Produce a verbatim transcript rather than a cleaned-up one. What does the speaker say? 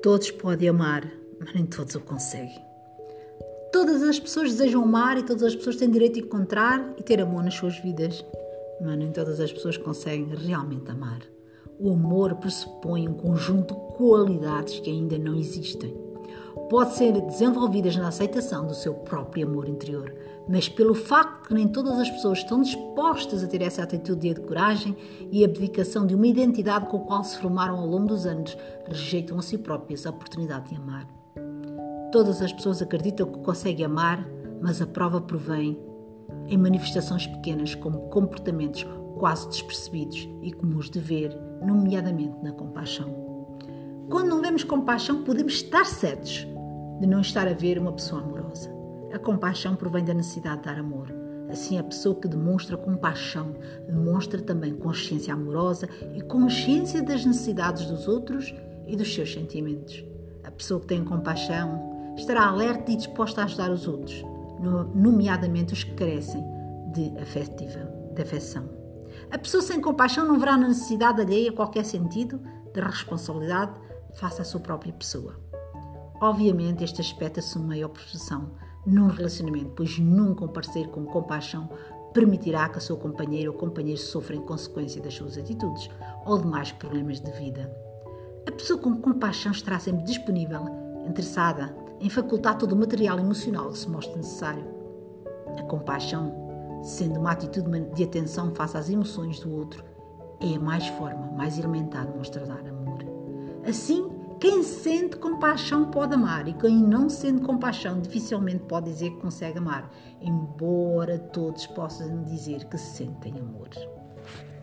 Todos podem amar, mas nem todos o conseguem. Todas as pessoas desejam amar e todas as pessoas têm direito de encontrar e ter amor nas suas vidas, mas nem todas as pessoas conseguem realmente amar. O amor pressupõe um conjunto de qualidades que ainda não existem. Pode ser desenvolvidas na aceitação do seu próprio amor interior, mas pelo facto que nem todas as pessoas estão dispostas a ter essa atitude de coragem e abdicação de uma identidade com a qual se formaram ao longo dos anos, rejeitam a si próprias a oportunidade de amar. Todas as pessoas acreditam que conseguem amar, mas a prova provém em manifestações pequenas como comportamentos quase despercebidos e comuns de ver, nomeadamente na compaixão. Quando não vemos compaixão, podemos estar certos de não estar a ver uma pessoa amorosa. A compaixão provém da necessidade de dar amor. Assim, a pessoa que demonstra compaixão demonstra também consciência amorosa e consciência das necessidades dos outros e dos seus sentimentos. A pessoa que tem compaixão estará alerta e disposta a ajudar os outros, nomeadamente os que carecem de, afetiva, de afeção. A pessoa sem compaixão não verá na necessidade alheia qualquer sentido de responsabilidade face à sua própria pessoa. Obviamente, este aspecto assume maior proporção num relacionamento, pois nunca um parceiro com compaixão permitirá que a sua companheira ou companheiro sofra em consequência das suas atitudes ou demais problemas de vida. A pessoa com compaixão estará sempre disponível, interessada em facultar todo o material emocional que se mostre necessário. A compaixão, sendo uma atitude de atenção face às emoções do outro, é a mais forma, mais elementar de mostrar amor. Assim, quem sente compaixão pode amar e quem não sente compaixão dificilmente pode dizer que consegue amar, embora todos possam dizer que sentem amor.